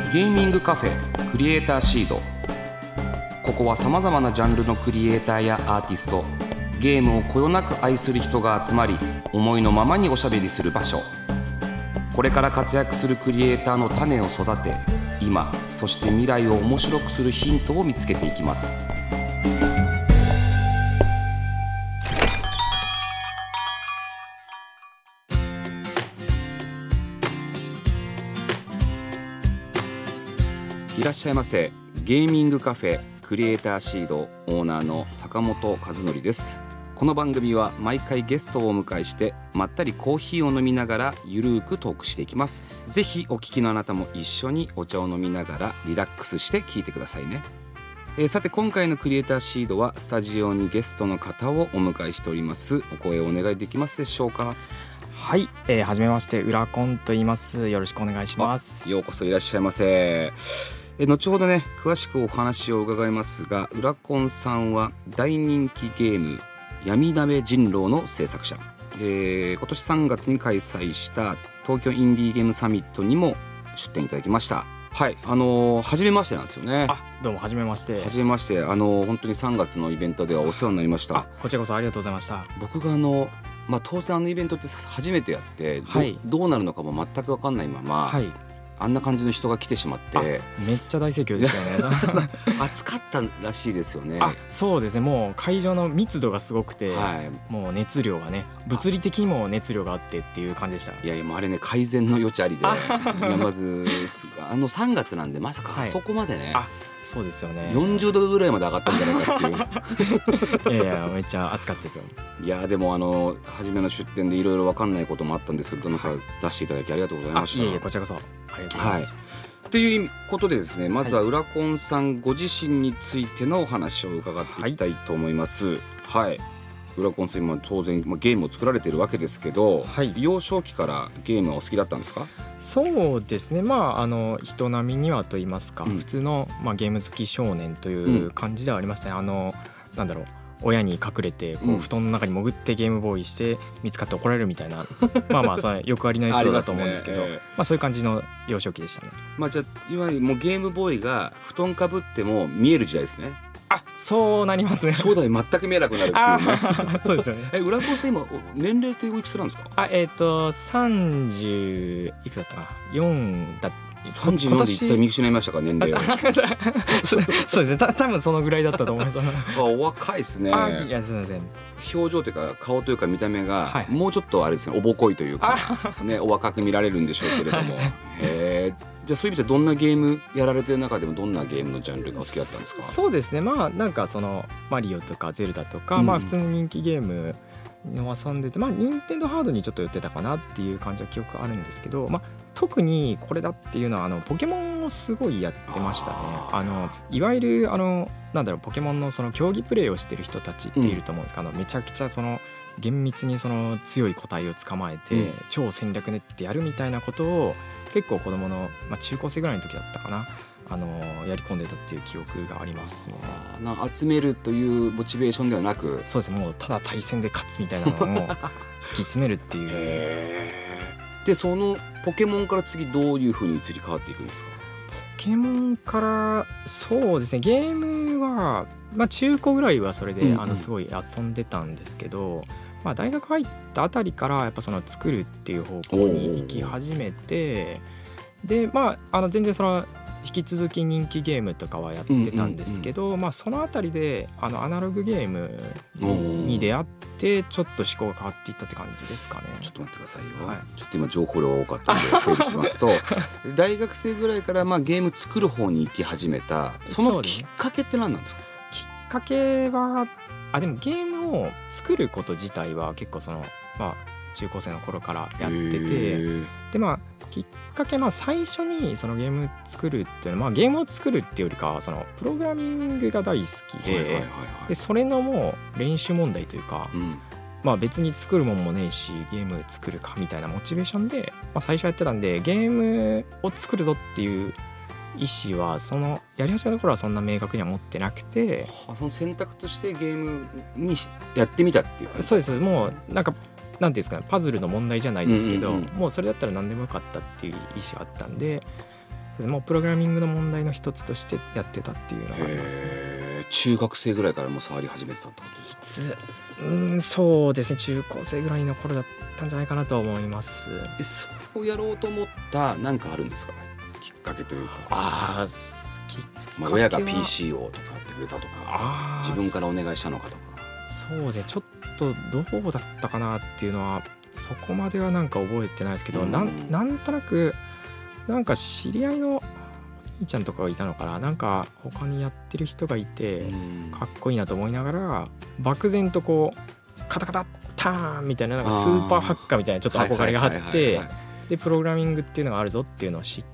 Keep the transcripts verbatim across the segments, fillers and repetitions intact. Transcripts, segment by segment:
ゲーミングカフェクリエイターシード。ここはさまざまなジャンルのクリエイターやアーティスト、ゲームをこよなく愛する人が集まり、思いのままにおしゃべりする場所。これから活躍するクリエイターの種を育て、今そして未来を面白くするヒントを見つけていきます。いらっしゃいませ。ゲーミングカフェクリエイターシードオーナーの坂本和則です。この番組は毎回ゲストをお迎えしてまったりコーヒーを飲みながらゆるーくトークしていきます。ぜひお聞きのあなたも一緒にお茶を飲みながらリラックスして聞いてくださいね。えー、さて今回のクリエイターシードはスタジオにゲストの方をお迎えしております。お声をお願いできますでしょうか。 はい、えー、はじめまして、うらこんと言います。よろしくお願いします。 ようこそいらっしゃいませ。え後ほどね詳しくお話を伺いますが、うらこんさんは大人気ゲーム闇鍋人狼の制作者、えー、今年さんがつに開催した東京インディーゲームサミットにも出展いただきました。はい、あのー、初めましてなんですよね。 あ、どうも初めまして。 初めまして。あのー、本当にさんがつのイベントではお世話になりました。 あ、こちらこそありがとうございました。 僕があの、まあ、当然あのイベントって初めてやって、はい、ど, どうなるのかも全く分かんないまま、はい、あんな感じの人が来てしまって、 めっちゃ大盛況でしたよね。 暑かったらしいですよね。 あ、そうですね。もう会場の密度がすごくて、はい、もう熱量がね、物理的にも熱量があってっていう感じでした。 いやいや、もうあれね改善の余地ありで、まずあのさんがつなんでまさかそこまでね、はい、 あ、そうですよね。 よんじゅうどぐらいまで上がったんじゃないかっていう。 いやいや、めっちゃ暑かったですよ。 いやでもあの初めの出展でいろいろ分かんないこともあったんですけど、なんか出していただきありがとうございました。 いえいえ、こちらこそありがとうございます。 はい、っていうことでですね、まずはうらこんさんご自身についてのお話を伺っていきたいと思います。はい、はい、うらこんさん今当然ゲームを作られているわけですけど、はい、幼少期からゲームはお好きだったんですか？ そうですね、まあ、あの人並みにはと言いますか、うん、普通の、まあ、ゲーム好き少年という感じではありましたね。うん、あのなんだろう、親に隠れてこう布団の中に潜ってゲームボーイして見つかって怒られるみたいな、まあまあそれよくありのエピソードだと思うんですけど、まあそういう感じの幼少期でしたね。 まあじゃあいわゆるもうゲームボーイが布団かぶっても見える時代ですね。 あ、そうなりますね。 初代全く見えなくなるっていうね。 そうですよね。 え、うらこんさん今年齢というおいくつなんですか？ あ、えっ、ー、とさんじゅういくだったかな、よんださんじゅうよんで一体見失いましたか、年齢を。 そうですね、た多分そのぐらいだったと思います。 あ、お若いですね。 あ、いや、すみません。 表情というか顔というか見た目が、はい、もうちょっとあれですね、おぼこいというか、ね、お若く見られるんでしょうけれども。へー、じゃあそういう意味じゃどんなゲームやられてる中でもどんなゲームのジャンルがお好きだったんですか？ そうですね、まあなんかそのマリオとかゼルダとか、うん、まあ普通の人気ゲームの遊んでて、まあ任天堂ハードにちょっと寄ってたかなっていう感じは記憶あるんですけど、まあ特にこれだっていうのはあのポケモンをすごいやってましたね。ああのいわゆるあのなんだろう、ポケモンのその競技プレイをしてる人たちっていると思うんですけど、うん、あのめちゃくちゃその厳密にその強い個体を捕まえて、うん、超戦略練ってやるみたいなことを結構子供の、まあ、中高生ぐらいの時だったかな、あのやり込んでたっていう記憶がありますね。 な集めるというモチベーションではなく、 そうですね、もうただ対戦で勝つみたいなのを突き詰めるっていう。 へー。でそのポケモンから次どういう風に移り変わっていくんですか？ ポケモンからそうですね、ゲームは、まあ、中高ぐらいはそれで、うんうん、あのすごい遊んでたんですけど、まあ、大学入ったあたりからやっぱその作るっていう方向に行き始めて、でまああの全然その引き続き人気ゲームとかはやってたんですけど、うんうんうん、まあ、そのあたりであのアナログゲームに出会ってちょっと思考が変わっていったって感じですかね。 ちょっと待ってくださいよ、はい、ちょっと今情報量が多かったので整理しますと大学生ぐらいからまあゲーム作る方に行き始めた、そのきっかけって何なんですか？ きっかけはあでもゲームを作ること自体は結構そのまあ中高生の頃からやってて、でまあきっかけ、まあ最初にそのゲーム作るっていうのは、まあ、ゲームを作るっていうよりかはそのプログラミングが大好きで、はいはいはいはい、でそれのもう練習問題というか、うん、まあ別に作るもんもねえしゲーム作るかみたいなモチベーションで、まあ、最初やってたんで、ゲームを作るぞっていう意思はそのやり始めた頃はそんな明確には持ってなくて、 その選択としてゲームにやってみたっていう感じですか？ そうです。もうなんかなんていうんですかね、パズルの問題じゃないですけど、うんうんうん、もうそれだったら何でもよかったっていう意思があったんで、 ですもうプログラミングの問題の一つとしてやってたっていうのがありますね。 へー、中学生ぐらいからもう触り始めてたってことですか？ いつうんそうですね中高生ぐらいの頃だったんじゃないかなとは思います。 えそうやろうと思ったなんかあるんですか？きっかけというか。 あーきっかけは、 まあ、親が ピーシー をとかやってくれたとかあ自分からお願いしたのかとか。 そうですねちょっとどうだったかなっていうのはそこまではなんか覚えてないですけど、 うん、 なんなんとなくなんか知り合いのお兄ちゃんとかがいたのかな、なんか他にやってる人がいて、 うん、 かっこいいなと思いながら漠然とこうカタカタターンみたいな、なんかスーパーハッカーみたいなちょっと憧れがあってでプログラミングっていうのがあるぞっていうのを知って、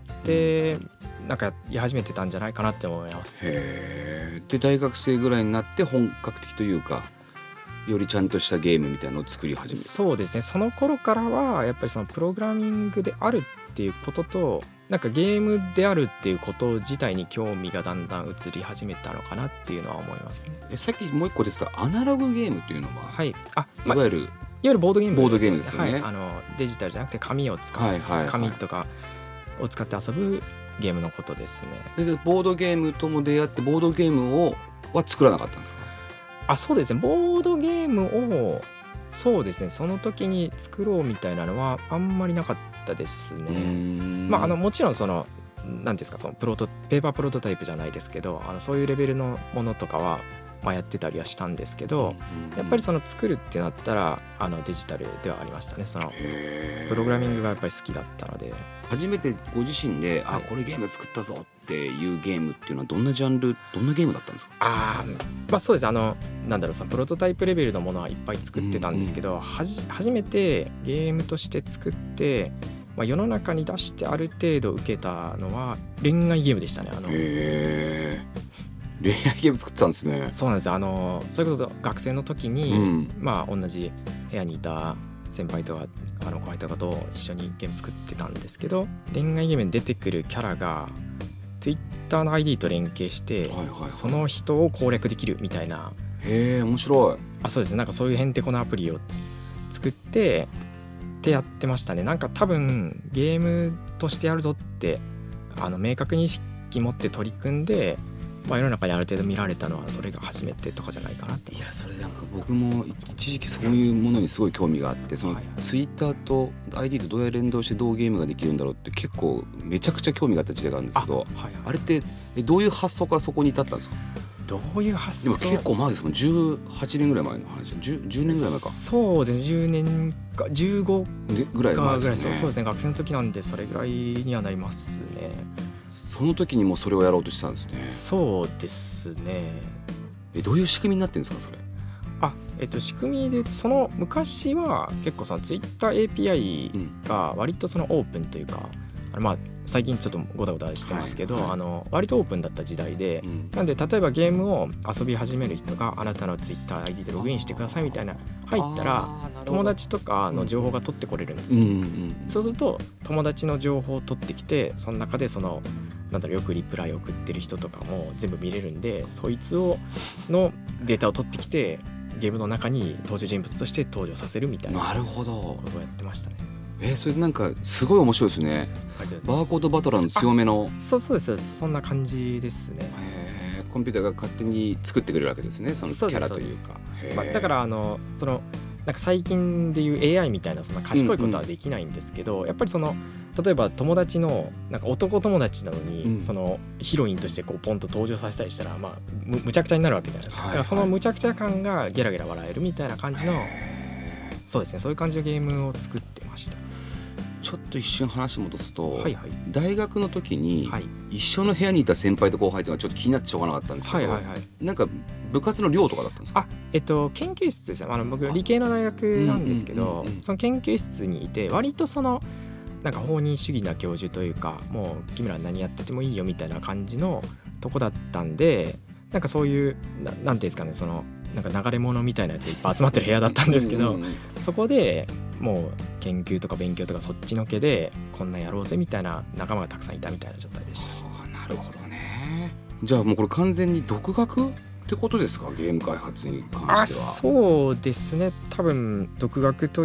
うん、なんかやり始めてたんじゃないかなって思います。 へー。で大学生ぐらいになって本格的というかよりちゃんとしたゲームみたいなのを作り始める。 そうですねその頃からはやっぱりそのプログラミングであるっていうこととなんかゲームであるっていうこと自体に興味がだんだん移り始めたのかなっていうのは思いますね。 えさっきもう一個出てたアナログゲームっていうのは、 はい、あ、 いわゆる、 いわゆるボードゲームです、 ボードゲームですよね、 はい、あのデジタルじゃなくて紙を使う、 はいはいはい、 紙とかを使って遊ぶゲームのことですね。 でボードゲームとも出会ってボードゲームをは作らなかったんですか？ あそうですねボードゲームをそうですねその時に作ろうみたいなのはあんまりなかったですね。まああのもちろんその何ですかそのプロトペーパープロトタイプじゃないですけどあのそういうレベルのものとかは、まあ、やってたりはしたんですけど、やっぱりその作るってなったらあのデジタルではありましたね。そのプログラミングがやっぱり好きだったので。 初めてご自身で、はい、あこれゲーム作ったぞっていうゲームっていうのはどんなジャンルどんなゲームだったんですか？ あまあそうですあのなんだろうそのプロトタイプレベルのものはいっぱい作ってたんですけど、うんうん、はじ初めてゲームとして作ってまあ、世の中に出してある程度受けたのは恋愛ゲームでしたね。あのへー恋愛ゲーム作ってたんですね。 そうなんですよあのそれこそ学生の時に、うん、まあ同じ部屋にいた先輩とかあの後輩とかと一緒にゲーム作ってたんですけど恋愛ゲームに出てくるキャラが Twitter の アイディー と連携して、はいはいはい、その人を攻略できるみたいな。 へー面白い。 あそうですねなんかそういうへんてこなアプリを作ってってやってましたね。なんか多分ゲームとしてやるぞってあの明確に意識持って取り組んで、まあ、世の中にある程度見られたのはそれが初めてとかじゃないかなって。 いやそれなんか僕も一時期そういうものにすごい興味があってそのツイッターと アイディー とどうやって連動してどうゲームができるんだろうって結構めちゃくちゃ興味があった時代があるんですけど あ,、はいはい、あれってどういう発想からそこに至ったんですか？ どういう発想？ でも結構前ですもんじゅうはちねんぐらい前の話 10, じゅうねんぐらい前か。 そうですねじゅうねんかじゅうごぐらい前ですね。 そうですね学生の時なんでそれぐらいにはなりますね。 その時にもそれをやろうとしたんですね。 そうですね。 えどういう仕組みになってるんですかそれ？ あえっと仕組みで言うとその昔は結構その Twitter エーピーアイ が割とそのオープンというか、うん、あのまあ最近ちょっとごたごたしてますけど、はいはい、あの割とオープンだった時代で、うん、なんで例えばゲームを遊び始める人があなたの Twitter アイディー でログインしてくださいみたいな入ったら友達とかの情報が取ってこれるんですよ、うんうんうん、そうすると友達の情報を取ってきてその中でそのなんだろうよくリプライを送ってる人とかも全部見れるんでそいつをのデータを取ってきてゲームの中に登場人物として登場させるみたいなことをやってましたね。 えー、それなんかすごい面白いですね。バーコードバトラーの強めの。 そうそうですそんな感じですね。 へーコンピューターが勝手に作ってくれるわけですねそのキャラというか。 まあ、だからあのそのなんか最近でいう エーアイ みたいなそんな賢いことはできないんですけど、うんうん、やっぱりその例えば友達のなんか男友達なのに、うん、そのヒロインとしてこうポンと登場させたりしたら、まあ、む, むちゃくちゃになるわけじゃないですか、はいはい、だからそのむちゃくちゃ感がゲラゲラ笑えるみたいな感じのそうですねそういう感じのゲームを作ってました。 ちょっと一瞬話戻すと、はいはい、大学の時に一緒の部屋にいた先輩と後輩というのはちょっと気になってしょうがなかったんですけど、はいはいはい、なんか部活の寮とかだったんですか？ あ、えっと、研究室ですね。あの僕理系の大学なんですけど、うんうんうんうん、その研究室にいて割とそのなんか放任主義な教授というかもう君ら何やっててもいいよみたいな感じのとこだったんでなんかそういう な, なんていうんですかねそのなんか流れ物みたいなやつがいっぱい集まってる部屋だったんですけどうんうん、うん、そこでもう研究とか勉強とかそっちのけでこんなやろうぜみたいな仲間がたくさんいたみたいな状態でした。 はあ、なるほどね。じゃあもうこれ完全に独学ってことですかゲーム開発に関しては？ あそうですね多分独学と言って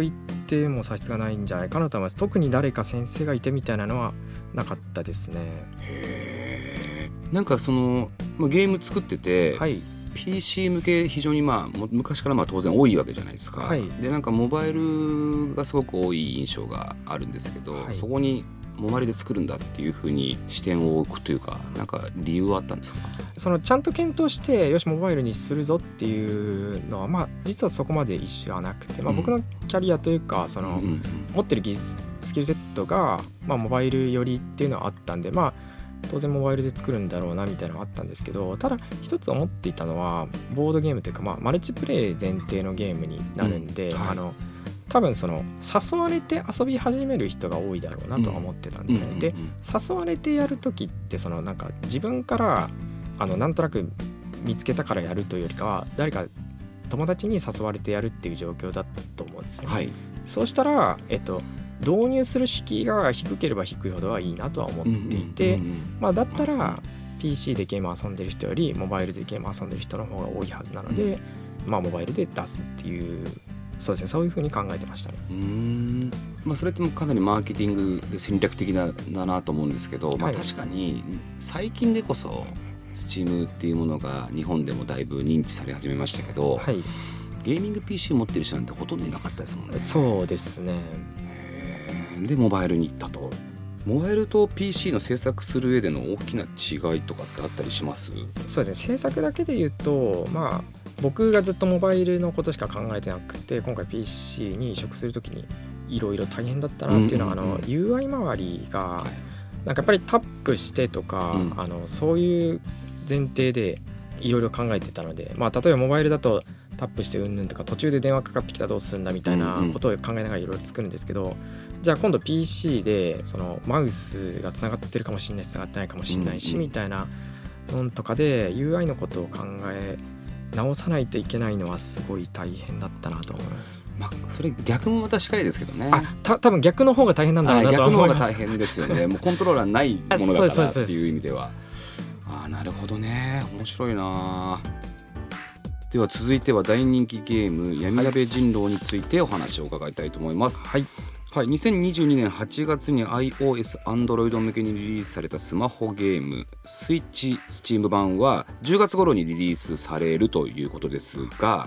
ても差し支がないんじゃないかなと思います。特に誰か先生がいてみたいなのはなかったですね。 へー。なんかその、まあ、ゲーム作ってて、はい、ピーシー 向け非常にまあ昔からまあ当然多いわけじゃないですか、はい、でなんかモバイルがすごく多い印象があるんですけど、はい、そこにモバイルで作るんだっていうふうに視点を置くというか、なんか理由はあったんですか？ そのちゃんと検討してよしモバイルにするぞっていうのは、まあ、実はそこまで一緒はなくて、まあ、僕のキャリアというかその、うん、持ってる技術スキルセットが、まあ、モバイル寄りっていうのはあったんで、まあ当然モバイルで作るんだろうなみたいなのがあったんですけど、ただ一つ思っていたのはボードゲームというか、まあ、マルチプレイ前提のゲームになるんで、うんはい、あの多分その誘われて遊び始める人が多いだろうなとは思ってたんですね、うん、で誘われてやるときってそのなんか自分からあのなんとなく見つけたからやるというよりかは誰か友達に誘われてやるっていう状況だと思うんですね、はい、そうしたらえっと導入する敷居が低ければ低いほどはいいなとは思っていて、うんうんうんうん、まあ、だったら ピーシー でゲーム遊んでる人よりモバイルでゲーム遊んでる人の方が多いはずなので、うん、まあモバイルで出すっていうそうですね、そういう風に考えてましたね。 うーん、まあ、それってもかなりマーケティングで戦略的なだなと思うんですけど、はい、まあ、確かに最近でこそ Steam っていうものが日本でもだいぶ認知され始めましたけど、はい、ゲーミング ピーシー 持ってる人なんてほとんどいなかったですもんね。 そうですね。 でモバイルに行ったと。モバイルと ピーシー の制作する上での大きな違いとかってあったりします？ そうですね、制作だけで言うと、まあ僕がずっとモバイルのことしか考えてなくて、今回 ピーシー に移植するときにいろいろ大変だったなっていうのは、うんうんうん、あの ユーアイ 周りがなんかやっぱりタップしてとか、うん、あのそういう前提でいろいろ考えてたので、まあ、例えばモバイルだとタップしてうんぬんとか途中で電話かかってきたらどうするんだみたいなことを考えながらいろいろ作るんですけど、うんうん、じゃあ今度 ピーシー でそのマウスがつながってるかもしれないしつながってないかもしれないし、うんうん、みたいなのとかで ユーアイ のことを考え直さないといけないのはすごい大変だったなと思います。 まあ、それ逆もまたしかりですけどね。 あ、た多分逆の方が大変なんだろうなと思います。 逆の方が大変ですよね。もうコントローラーないものだからっていう意味では。あ、なるほどね、面白いな。では続いては大人気ゲーム闇鍋人狼についてお話を伺いたいと思います。はい、はい、にせんにじゅうにねんはちがつに iOS、Android 向けにリリースされたスマホゲームスイッチスチーム版はじゅうがつ頃にリリースされるということですが、はい、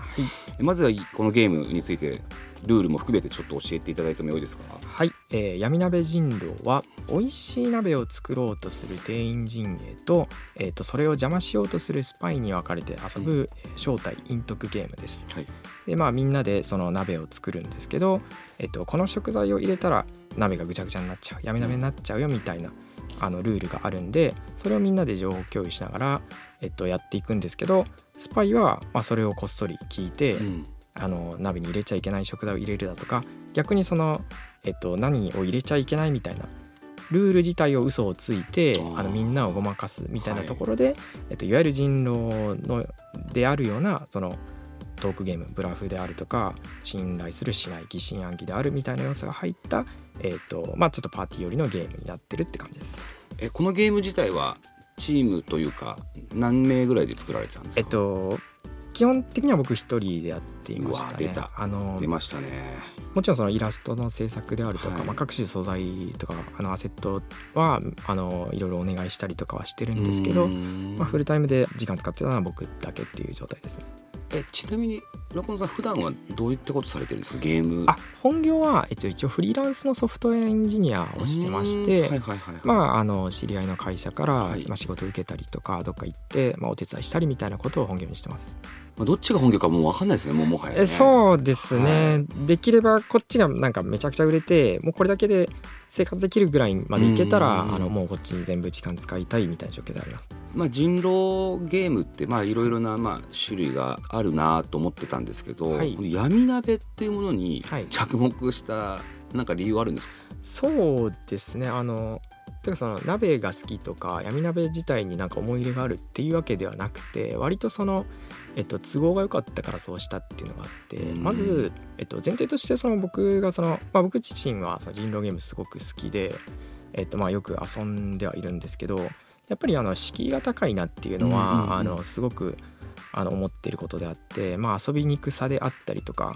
まずはこのゲームについてルールも含めてちょっと教えていただいてもよいですか？ はい、えー、闇鍋人狼は美味しい鍋を作ろうとする店員陣営と、えー、とそれを邪魔しようとするスパイに分かれて遊ぶ、うん、正体陰徳ゲームです。はい、でまあみんなでその鍋を作るんですけど、えー、とこの食材を入れたら鍋がぐちゃぐちゃになっちゃう、闇鍋になっちゃうよみたいなあのルールがあるんで、それをみんなで情報共有しながら、えー、とやっていくんですけど、スパイはまあそれをこっそり聞いて、うん、あの鍋に入れちゃいけない食材を入れるだとか、逆にその、えっと、何を入れちゃいけないみたいなルール自体を嘘をついてあのみんなをごまかすみたいなところで、はい、えっと、いわゆる人狼のであるようなそのトークゲーム、ブラフであるとか信頼するしない疑心暗鬼であるみたいな要素が入った、えっとまあ、ちょっとパーティー寄りのゲームになってるって感じです。 えこのゲーム自体はチームというか何名ぐらいで作られてたんですか？ えっと基本的には僕一人でやっていましたね。 うわ、出た。あの出ましたね。 もちろんそのイラストの制作であるとか、はい、まあ、各種素材とかあのアセットはあのいろいろお願いしたりとかはしてるんですけど、まあ、フルタイムで時間使ってたのは僕だけっていう状態ですね。 えちなみに浦上さん普段はどういったことされてるんですか？ゲームあ本業は一応、一応フリーランスのソフトウェアエンジニアをしてまして、はいはいはいはい、まあ、あの知り合いの会社から、はい、まあ、仕事を受けたりとかどっか行って、まあ、お手伝いしたりみたいなことを本業にしてます。 まあ、どっちが本業かもう分かんないですね、もうもはや、ね、 そうですね、はい、できればこっちがなんかめちゃくちゃ売れてもうこれだけで生活できるぐらいまでいけたら、あのもうこっちに全部時間使いたいみたいな状況であります。 まあ、人狼ゲームってまあいろいろなまあ種類があるなと思ってたんですけど、はい、闇鍋っていうものに着目したなんか理由あるんですか？はい、 そうですね、あのてかその鍋が好きとか闇鍋自体になんか思い入れがあるっていうわけではなくて、割とその、えっと、都合が良かったからそうしたっていうのがあって、まず、えっと、前提としてその僕がその、まあ、僕自身はその人狼ゲームすごく好きで、えっと、まあよく遊んではいるんですけど、やっぱりあの敷居が高いなっていうのは、うんうんうん、あのすごくあの思っていることであって、まあ、遊びにくさであったりとか、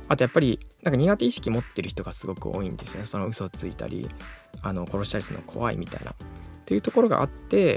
あとやっぱりなんか苦手意識持ってる人がすごく多いんですよね。その嘘をついたりあの殺したりするの怖いみたいなっていうところがあって、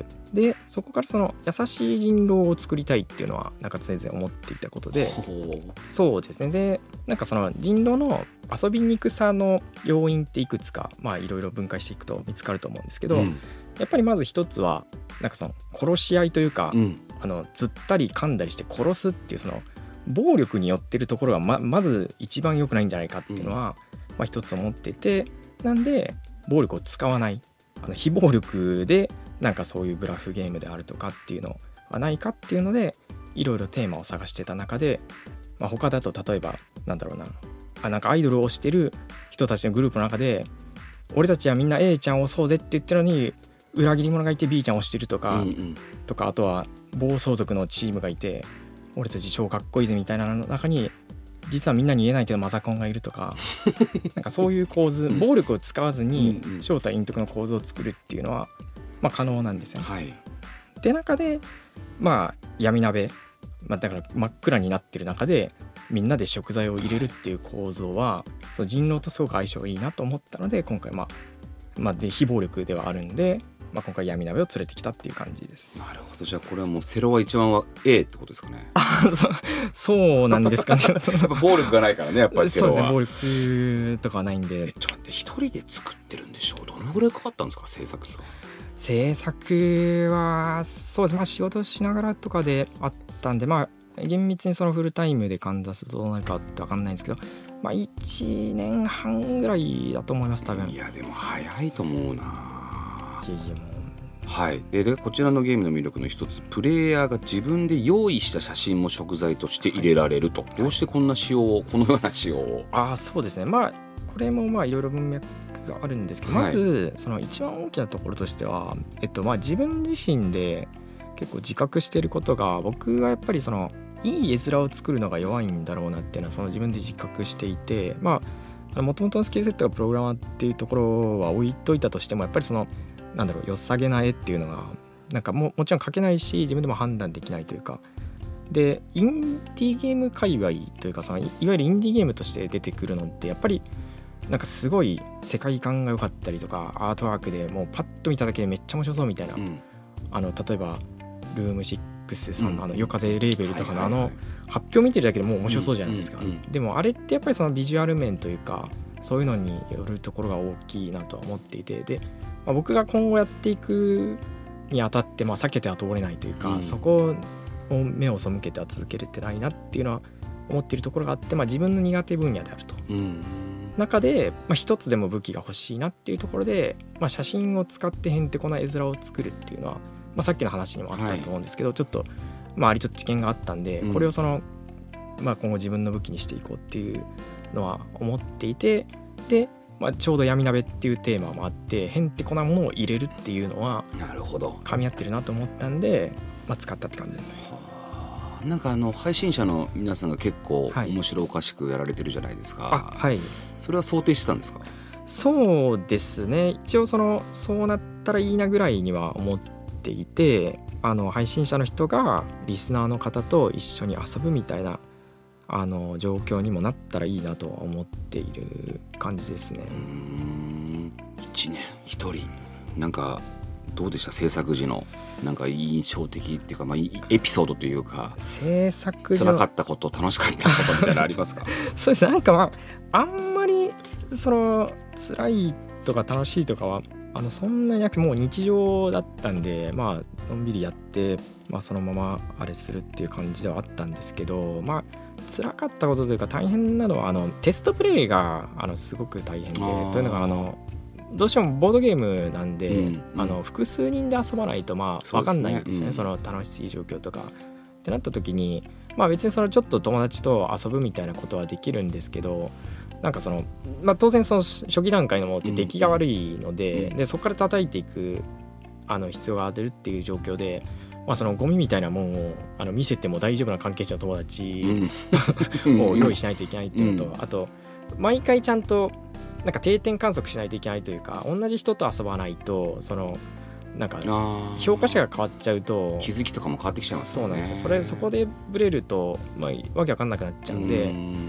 でそこからその優しい人狼を作りたいっていうのはなんか常々思っていたことで、そうですね。でなんかその人狼の遊びにくさの要因っていくつかまあいろいろ分解していくと見つかると思うんですけど、うん、やっぱりまず一つはなんかその殺し合いというか、うん、あの釣ったり噛んだりして殺すっていうその暴力によってるところが ま, まず一番良くないんじゃないかっていうのは、うんまあ、一つ思ってて、なんで暴力を使わないあの非暴力でなんかそういうブラフゲームであるとかっていうのはないかっていうのでいろいろテーマを探してた中で、まあ、他だと例えばなんだろうなあなんかアイドルを推してる人たちのグループの中で俺たちはみんな A ちゃんを推そうぜって言ってるのに裏切り者がいて B ちゃんを推してるとか、うんうん、とかあとは暴走族のチームがいて俺たち超かっこいいぜみたいなの中に実はみんなに言えないけどマザコンがいるとかなんかそういう構図暴力を使わずに正体隠匿の構図を作るっていうのはまあ可能なんですよね、はい、で中でまあ闇鍋、まあ、だから真っ暗になってる中でみんなで食材を入れるっていう構造はその人狼とすごく相性がいいなと思ったので今回まあ、まあ、で非暴力ではあるんでまあ、今回闇鍋を連れてきたっていう感じです。 なるほど。じゃあこれはもうセロは一番は A ってことですかね。 あそうなんですかねやっぱ暴力がないからねやっぱりセロは。 そうですね暴力とかはないんで。 えちょっと待って一人で作ってるんでしょう。どのぐらいかかったんですか制作期間。 制作はそうですまあ仕事しながらとかであったんでまあ厳密にそのフルタイムで勘出すとどうなるかって分かんないんですけどまあいちねんはんぐらいだと思います多分。 いやでも早いと思うな。 いやいやもうはい、で, でこちらのゲームの魅力の一つプレイヤーが自分で用意した写真も食材として入れられると、はい、どうしてこんな仕様をこのような仕様をあそうですねまあこれもまあいろいろ文脈があるんですけど、はい、まずその一番大きなところとしては、えっと、まあ自分自身で結構自覚していることが僕はやっぱりそのいい絵面を作るのが弱いんだろうなっていうのはその自分で自覚していてまあもともとのスキルセットがプログラマーっていうところは置いといたとしてもやっぱりそのなんだろう良さげな絵っていうのがなんか も, もちろん描けないし自分でも判断できないというかでインディーゲーム界隈というかそのいわゆるインディーゲームとして出てくるのってやっぱりなんかすごい世界観が良かったりとかアートワークでもうパッと見ただけでめっちゃ面白そうみたいな、うん、あの例えばルームシックスさんのあの夜風レーベルとかのあの発表見てるだけでもう面白そうじゃないですか、うんうんうん、でもあれってやっぱりそのビジュアル面というかそういうのによるところが大きいなとは思っていてでまあ、僕が今後やっていくにあたって、まあ、避けては通れないというか、うん、そこを目を背けては続けれてないなっていうのは思っているところがあって、まあ、自分の苦手分野であると、うん、中で、まあ、一つでも武器が欲しいなっていうところで、まあ、写真を使ってへんてこな絵面を作るっていうのは、まあ、さっきの話にもあったと思うんですけど、はい、ちょっと、まあ、ありと知見があったんで、うん、これをその、まあ、今後自分の武器にしていこうっていうのは思っていてでまあ、ちょうど闇鍋っていうテーマもあってへんてこなものを入れるっていうのはなるほど噛み合ってるなと思ったんで、まあ、使ったって感じですね。 はあ、なんかあの配信者の皆さんが結構面白おかしくやられてるじゃないですか、はい、あはいそれは想定してたんですか？ そうですね一応そのそうなったらいいなぐらいには思っていてあの配信者の人がリスナーの方と一緒に遊ぶみたいなあの状況にもなったらいいなとは思っている感じですね。うーんいちねんひとりなんかどうでした制作時のなんか印象的っていうか、まあ、エピソードというか制作時辛かったこと楽しかったことみたいなのありますか？ そうですねなんかまああんまりその辛いとか楽しいとかはあのそんなになくてもう日常だったんでまあのんびりやって、まあ、そのままあれするっていう感じではあったんですけどまあ辛かったことというか大変なのはあのテストプレイがあのすごく大変でというのがあのどうしてもボードゲームなんで、うんうん、あの複数人で遊ばないとまあ分かんないんですよね、その楽しい状況とかってなった時にまあ別にそのちょっと友達と遊ぶみたいなことはできるんですけどなんかその、まあ、当然その初期段階のものって出来が悪いので、うん、でそこから叩いていくあの必要が出るっていう状況でまあ、そのゴミみたいなもんをあの見せても大丈夫な関係者の友達を用意しないといけないっていうのと、うん、あと毎回ちゃんとなんか定点観測しないといけないというか同じ人と遊ばないとそのなんか評価者が変わっちゃうと気づきとかも変わってきちゃいますよね。 そうなんですよ。それそこでブレると、まあ、わけわかんなくなっちゃうんで、うん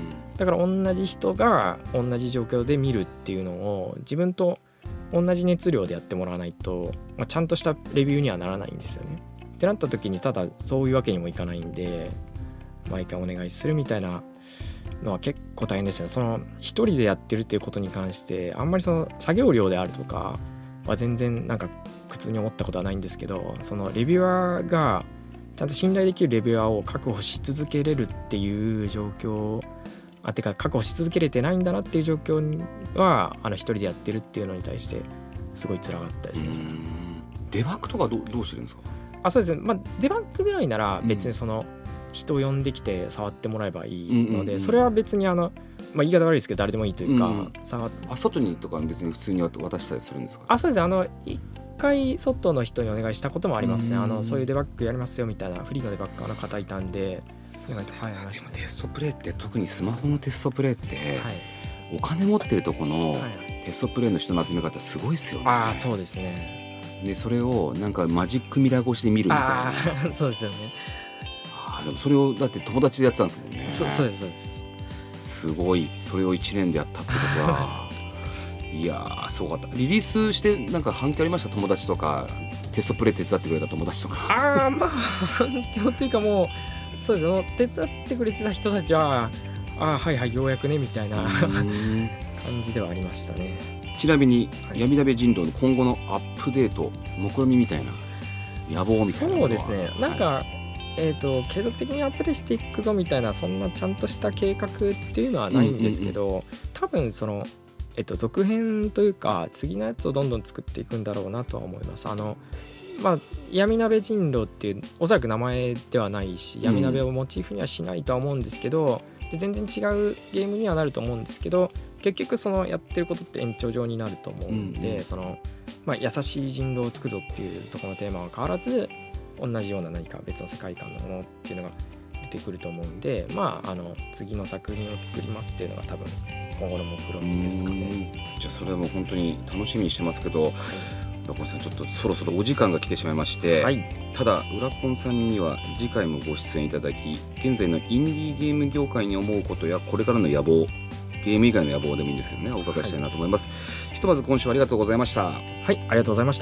だから同じ人が同じ状況で見るっていうのを自分と同じ熱量でやってもらわないと、まあ、ちゃんとしたレビューにはならないんですよね。ってなった時にただそういうわけにもいかないんで、毎回お願いするみたいなのは結構大変ですね。その一人でやってるっていうことに関してあんまりその作業量であるとかは全然なんか苦痛に思ったことはないんですけど、そのレビュアーがちゃんと信頼できるレビュアーを確保し続けれるっていう状況、あてか確保し続けれてないんだなっていう状況にはあの一人でやってるっていうのに対してすごい辛かったですね。 うーんデバッグとか ど, どうしてるんですか？ あそうですね、まあ、デバッグぐらいなら別にその人を呼んできて触ってもらえばいいので、うんうんうん、それは別にあの、まあ、言い方悪いですけど誰でもいいというか、うん、触っあ外にとか別に普通に渡したりするんですか？ あそうですね、あの一回外の人にお願いしたこともありますね。あのそういうデバッグやりますよみたいなフリーのデバッグの方いたんで、 そうなんだ、はい、でもテストプレイって特にスマホのテストプレイって、はい、お金持ってるとこのテストプレイの人の集め方すごいですよね。 あそうですね。 でそれをなんかマジックミラー越しで見るみたいな。 あそうですよね。 あでもそれをだって友達でやってたんですもんね。 そそうですそうです。 すごい、それをいちねんでやったってことはいやーすごかった。リリースしてなんか反響ありました？友達とかテストプレイ手伝ってくれた友達とか。 ああまあ反響というかもうそうですね、手伝ってくれてた人たちはあはいはいようやくねみたいな感じではありましたね。 ちなみに、はい、闇鍋人狼の今後のアップデート目論みみたいな野望みたいなのはそうですね、なんか、はい、えーと、継続的にアップデートしていくぞみたいなそんなちゃんとした計画っていうのはないんですけど、うんうんうん、多分その、えーと、続編というか次のやつをどんどん作っていくんだろうなとは思います。あのまあ、闇鍋人狼っていうおそらく名前ではないし闇鍋をモチーフにはしないとは思うんですけど、うん、で全然違うゲームにはなると思うんですけど、結局そのやってることって延長上になると思うんで、うん、そのまあ、優しい人狼を作ろうっていうところのテーマは変わらず同じような何か別の世界観のものっていうのが出てくると思うんで、まあ、あの次の作品を作りますっていうのが多分今後の目論見ですかね。 じゃあそれはもう本当に楽しみにしてますけど、はい、浦コンさんちょっとそろそろお時間が来てしまいまして、はい、ただ浦コンさんには次回もご出演いただき、現在のインディーゲーム業界に思うことやこれからの野望、ゲーム以外の野望でもいいんですけどね、お伺いしたいなと思います、はい、ひとまず今週はありがとうございました。 はい、ありがとうございました。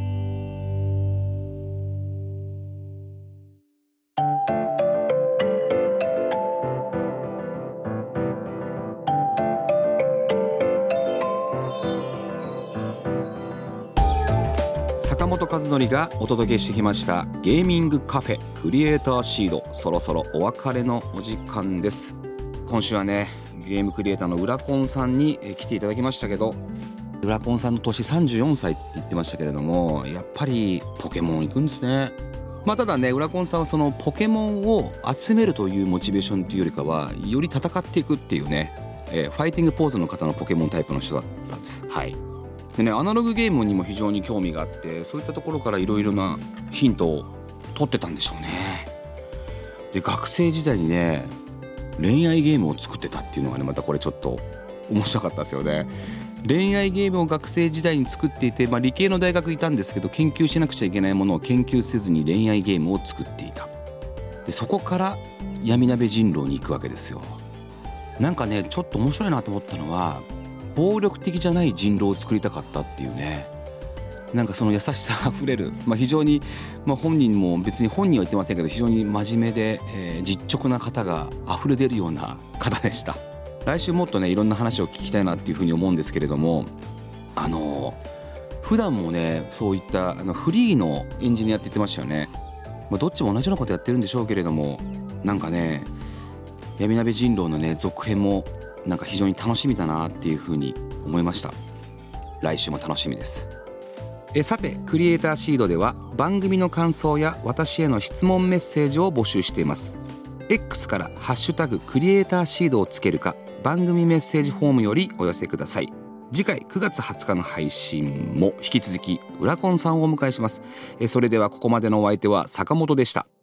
坂本和則がお届けしてきましたゲーミングカフェクリエイターシード、そろそろお別れのお時間です。今週はねゲームクリエイターの浦コンさんに来ていただきましたけど、浦コンさんの年さんじゅうよんさいって言ってましたけれども、やっぱりポケモン行くんですね。まあただね、浦コンさんはそのポケモンを集めるというモチベーションというよりかはより戦っていくっていうね、えー、ファイティングポーズの方のポケモンタイプの人だったんです。はい。でね、アナログゲームにも非常に興味があって、そういったところからいろいろなヒントを取ってたんでしょうね。で、学生時代にね恋愛ゲームを作ってたっていうのがね、またこれちょっと面白かったですよね。恋愛ゲームを学生時代に作っていて、まあ、理系の大学いたんですけど研究しなくちゃいけないものを研究せずに恋愛ゲームを作っていた。でそこから闇鍋人狼に行くわけですよ。なんかねちょっと面白いなと思ったのは、暴力的じゃない人狼を作りたかったっていうね、なんかその優しさあふれる、まあ、非常に、まあ、本人も別に本人は言ってませんけど非常に真面目で、えー、実直な方があふれ出るような方でした。来週もっとねいろんな話を聞きたいなっていうふうに思うんですけれども、あのー、普段もねそういったあのフリーのエンジニアって言ってましたよね。まあ、どっちも同じようなことやってるんでしょうけれども、なんかね闇鍋人狼のね続編もなんか非常に楽しみだなっていうふうに思いました。来週も楽しみです。えさてクリエイターシードでは番組の感想や私への質問メッセージを募集しています。 X からハッシュタグクリエイターシードをつけるか番組メッセージフォームよりお寄せください。次回くがつはつかの配信も引き続き浦コンさんをお迎えします。えそれではここまでのお相手は坂本でした。